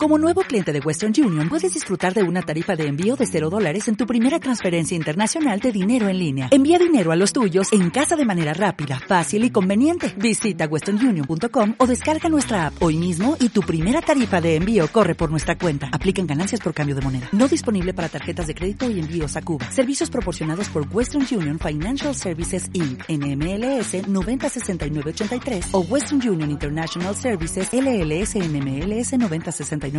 Como nuevo cliente de Western Union, puedes disfrutar de una tarifa de envío de $0 en tu primera transferencia internacional de dinero en línea. Envía dinero a los tuyos en casa de manera rápida, fácil y conveniente. Visita westernunion.com o descarga nuestra app hoy mismo y tu primera tarifa de envío corre por nuestra cuenta. Aplican ganancias por cambio de moneda. No disponible para tarjetas de crédito y envíos a Cuba. Servicios proporcionados por Western Union Financial Services Inc. NMLS 906983 o Western Union International Services LLS NMLS 906985.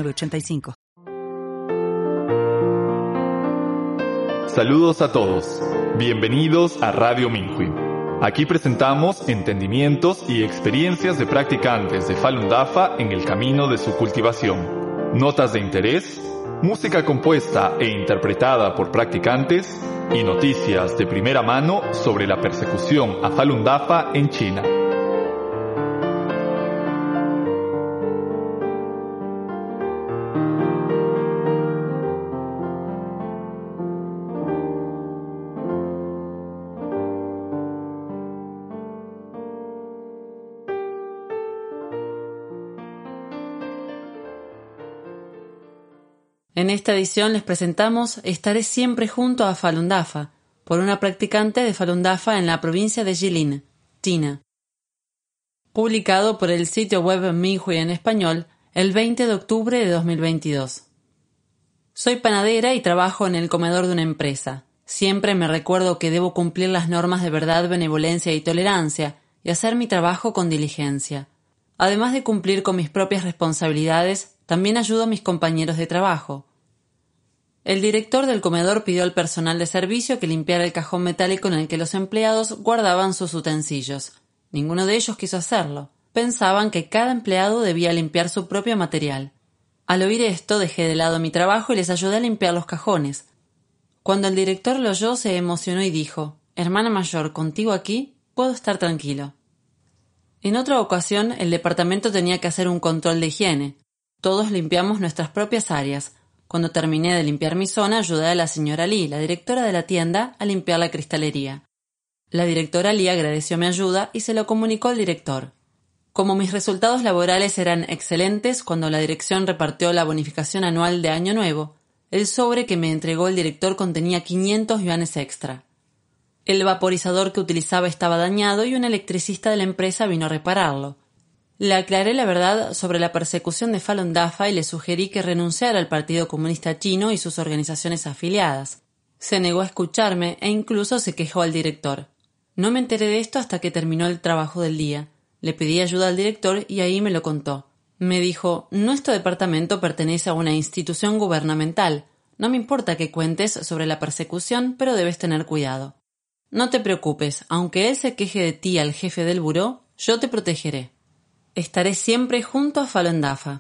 Saludos a todos. Bienvenidos a Radio Minhui. Aquí presentamos entendimientos y experiencias de practicantes de Falun Dafa en el camino de su cultivación. Notas de interés, música compuesta e interpretada por practicantes y noticias de primera mano sobre la persecución a Falun Dafa en China. En esta edición les presentamos Estaré siempre junto a Falun Dafa, por una practicante de Falun Dafa en la provincia de Jilin, China. Publicado por el sitio web Minhui en español el 20 de octubre de 2022. Soy panadera y trabajo en el comedor de una empresa. Siempre me recuerdo que debo cumplir las normas de verdad, benevolencia y tolerancia y hacer mi trabajo con diligencia. Además de cumplir con mis propias responsabilidades, también ayudo a mis compañeros de trabajo. El director del comedor pidió al personal de servicio que limpiara el cajón metálico en el que los empleados guardaban sus utensilios. Ninguno de ellos quiso hacerlo. Pensaban que cada empleado debía limpiar su propio material. Al oír esto, dejé de lado mi trabajo y les ayudé a limpiar los cajones. Cuando el director lo oyó, se emocionó y dijo: «Hermana mayor, contigo aquí puedo estar tranquilo». En otra ocasión, el departamento tenía que hacer un control de higiene. Todos limpiamos nuestras propias áreas. Cuando terminé de limpiar mi zona, ayudé a la señora Lee, la directora de la tienda, a limpiar la cristalería. La directora Lee agradeció mi ayuda y se lo comunicó al director. Como mis resultados laborales eran excelentes, cuando la dirección repartió la bonificación anual de Año Nuevo, el sobre que me entregó el director contenía 500 yuanes extra. El vaporizador que utilizaba estaba dañado y un electricista de la empresa vino a repararlo. Le aclaré la verdad sobre la persecución de Falun Dafa y le sugerí que renunciara al Partido Comunista Chino y sus organizaciones afiliadas. Se negó a escucharme e incluso se quejó al director. No me enteré de esto hasta que terminó el trabajo del día. Le pedí ayuda al director y ahí me lo contó. Me dijo: «Nuestro departamento pertenece a una institución gubernamental. No me importa que cuentes sobre la persecución, pero debes tener cuidado. No te preocupes, aunque él se queje de ti al jefe del buró, yo te protegeré. Estaré siempre junto a Falun Dafa».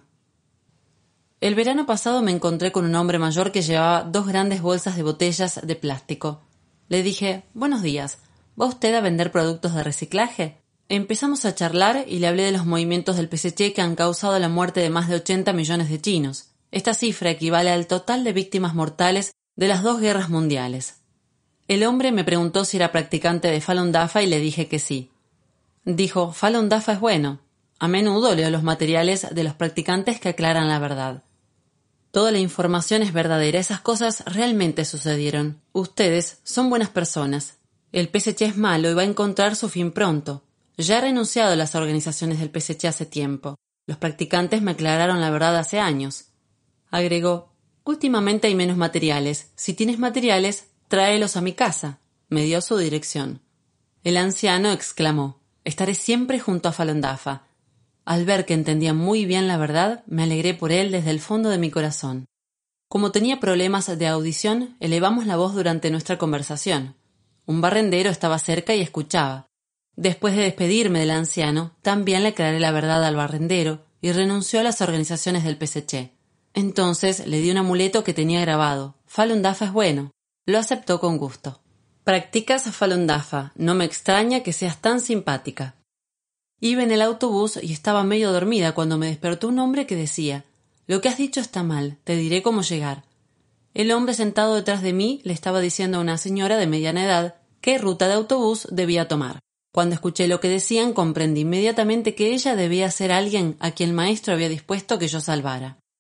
El verano pasado me encontré con un hombre mayor que llevaba 2 grandes bolsas de botellas de plástico. Le dije: «Buenos días, ¿va usted a vender productos de reciclaje?». Empezamos a charlar y le hablé de los movimientos del PSC que han causado la muerte de más de 80 millones de chinos. Esta cifra equivale al total de víctimas mortales de las 2 guerras mundiales. El hombre me preguntó si era practicante de Falun Dafa y le dije que sí. Dijo: «Falun Dafa es bueno». A menudo leo los materiales de los practicantes que aclaran la verdad. Toda la información es verdadera, esas cosas realmente sucedieron. Ustedes son buenas personas. El PSC es malo y va a encontrar su fin pronto. Ya he renunciado a las organizaciones del PSC hace tiempo. Los practicantes me aclararon la verdad hace años. Agregó: «Últimamente hay menos materiales. Si tienes materiales, tráelos a mi casa». Me dio su dirección. El anciano exclamó: «Estaré siempre junto a Falun Dafa». Al ver que entendía muy bien la verdad, me alegré por él desde el fondo de mi corazón. Como tenía problemas de audición, elevamos la voz durante nuestra conversación. Un barrendero estaba cerca y escuchaba. Después de despedirme del anciano, también le aclaré la verdad al barrendero y renunció a las organizaciones del PSC. Entonces le di un amuleto que tenía grabado: «Falun Dafa es bueno». Lo aceptó con gusto. «Practicas Falun Dafa. No me extraña que seas tan simpática». Iba en el autobús y estaba medio dormida cuando me despertó un hombre que decía: «Lo que has dicho está mal, te diré cómo llegar». El hombre sentado detrás de mí le estaba diciendo a una señora de mediana edad qué ruta de autobús debía tomar. Cuando escuché lo que decían, comprendí inmediatamente que ella debía ser alguien a quien el maestro había dispuesto que yo salvara.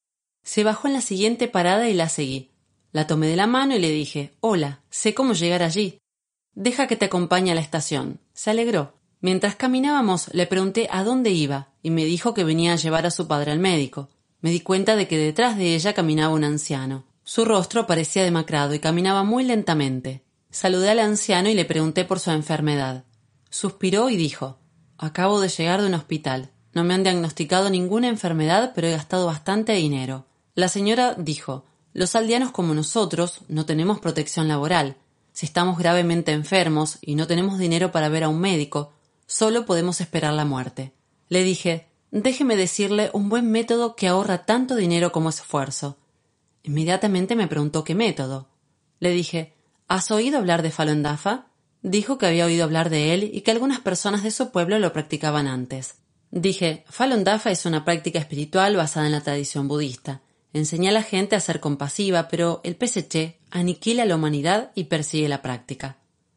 Se bajó en la siguiente parada y la seguí. La tomé de la mano y le dije: «Hola, sé cómo llegar allí. Deja que te acompañe a la estación». Se alegró. Mientras caminábamos, le pregunté a dónde iba y me dijo que venía a llevar a su padre al médico. Me di cuenta de que detrás de ella caminaba un anciano. Su rostro parecía demacrado y caminaba muy lentamente. Saludé al anciano y le pregunté por su enfermedad. Suspiró y dijo: «Acabo de llegar de un hospital. No me han diagnosticado ninguna enfermedad, pero he gastado bastante dinero». La señora dijo: «Los aldeanos como nosotros no tenemos protección laboral. Si estamos gravemente enfermos y no tenemos dinero para ver a un médico, solo podemos esperar la muerte». Le dije: «Déjeme decirle un buen método que ahorra tanto dinero como esfuerzo». Inmediatamente me preguntó qué método. Le dije: «¿Has oído hablar de Falun Dafa?». Dijo que había oído hablar de él y que algunas personas de su pueblo lo practicaban antes. Dije: «Falun Dafa es una práctica espiritual basada en la tradición budista. Enseña a la gente a ser compasiva, pero el PSC aniquila a la humanidad y persigue la práctica».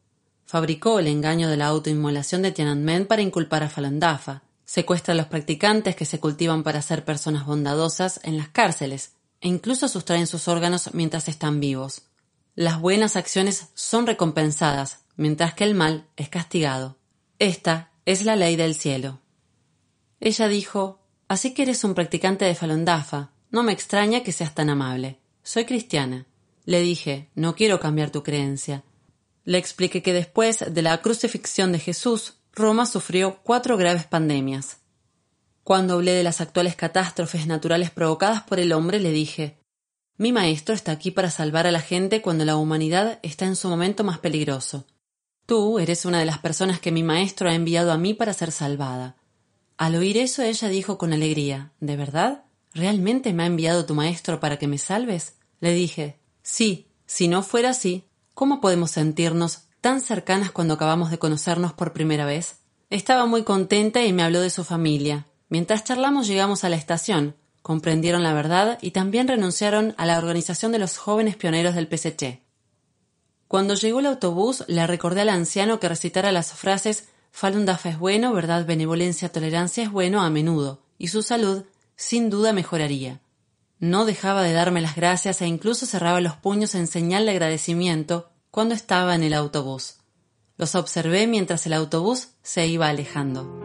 Fabricó el engaño de la autoinmolación de Tiananmen para inculpar a Falun Dafa. Secuestra a los practicantes que se cultivan para ser personas bondadosas en las cárceles e incluso sustraen sus órganos mientras están vivos. Las buenas acciones son recompensadas, mientras que el mal es castigado. Esta es la ley del cielo. Ella dijo: «Así que eres un practicante de Falun Dafa. No me extraña que seas tan amable. Soy cristiana». Le dije: «No quiero cambiar tu creencia». Le expliqué que después de la crucifixión de Jesús, Roma sufrió 4 graves pandemias. Cuando hablé de las actuales catástrofes naturales provocadas por el hombre, le dije: «Mi maestro está aquí para salvar a la gente cuando la humanidad está en su momento más peligroso. Tú eres una de las personas que mi maestro ha enviado a mí para ser salvada». Al oír eso, ella dijo con alegría: «¿De verdad? ¿Realmente me ha enviado tu maestro para que me salves?». Le dije: «Sí, si no fuera así, ¿cómo podemos sentirnos tan cercanas cuando acabamos de conocernos por primera vez?». Estaba muy contenta y me habló de su familia. Mientras charlamos llegamos a la estación, comprendieron la verdad y también renunciaron a la organización de los jóvenes pioneros del PSC. Cuando llegó el autobús, le recordé al anciano que recitara las frases «Falun Dafa es bueno, verdad, benevolencia, tolerancia es bueno» a menudo, y su salud sin duda mejoraría. No dejaba de darme las gracias e incluso cerraba los puños en señal de agradecimiento cuando estaba en el autobús. Los observé mientras el autobús se iba alejando.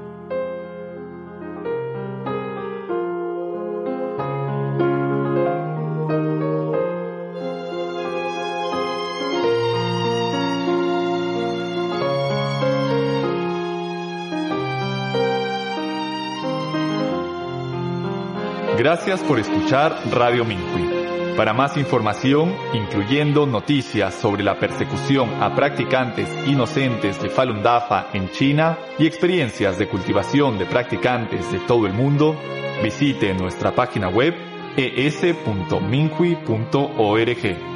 Gracias por escuchar Radio Minhui. Para más información, incluyendo noticias sobre la persecución a practicantes inocentes de Falun Dafa en China y experiencias de cultivación de practicantes de todo el mundo, visite nuestra página web es.minhui.org.